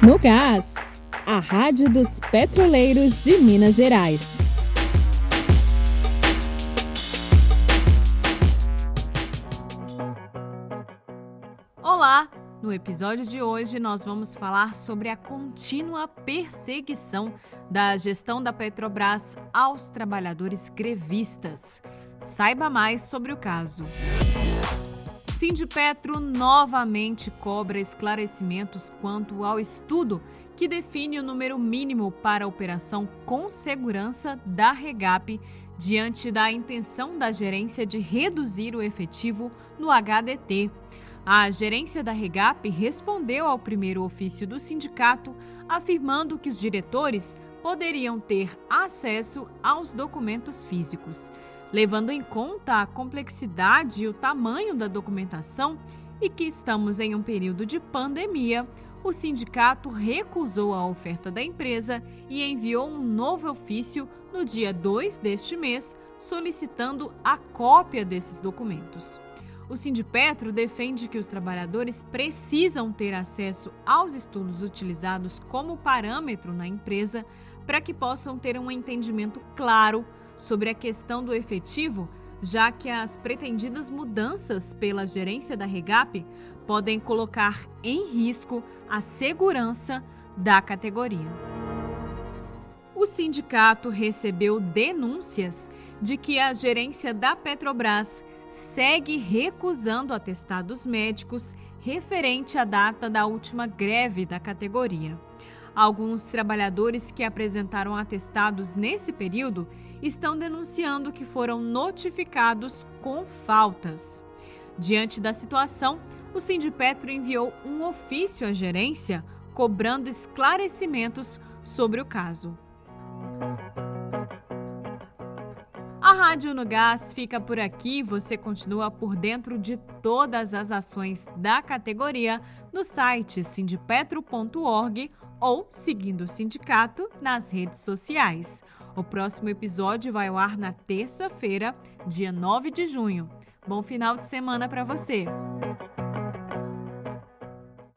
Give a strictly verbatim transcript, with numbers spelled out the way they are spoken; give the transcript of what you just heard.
No Gás, a rádio dos petroleiros de Minas Gerais. Olá! No episódio de hoje nós vamos falar sobre a contínua perseguição da gestão da Petrobras aos trabalhadores grevistas. Saiba mais sobre o caso. Sindipetro novamente cobra esclarecimentos quanto ao estudo que define o número mínimo para a operação com segurança da Regap diante da intenção da gerência de reduzir o efetivo no H D T. A gerência da Regap respondeu ao primeiro ofício do sindicato, afirmando que os diretores poderiam ter acesso aos documentos físicos. Levando em conta a complexidade e o tamanho da documentação e que estamos em um período de pandemia, o sindicato recusou a oferta da empresa e enviou um novo ofício no dia dois deste mês, solicitando a cópia desses documentos. O Sindipetro defende que os trabalhadores precisam ter acesso aos estudos utilizados como parâmetro na empresa para que possam ter um entendimento claro sobre a questão do efetivo, já que as pretendidas mudanças pela gerência da Regap podem colocar em risco a segurança da categoria. O sindicato recebeu denúncias de que a gerência da Petrobras segue recusando atestados médicos referente à data da última greve da categoria. Alguns trabalhadores que apresentaram atestados nesse período estão denunciando que foram notificados com faltas. Diante da situação, o Sindipetro enviou um ofício à gerência cobrando esclarecimentos sobre o caso. A Rádio No Gás fica por aqui. Você continua por dentro de todas as ações da categoria no site sindipetro ponto org ou seguindo o sindicato nas redes sociais. O próximo episódio vai ao ar na terça-feira, dia nove de junho. Bom final de semana para você!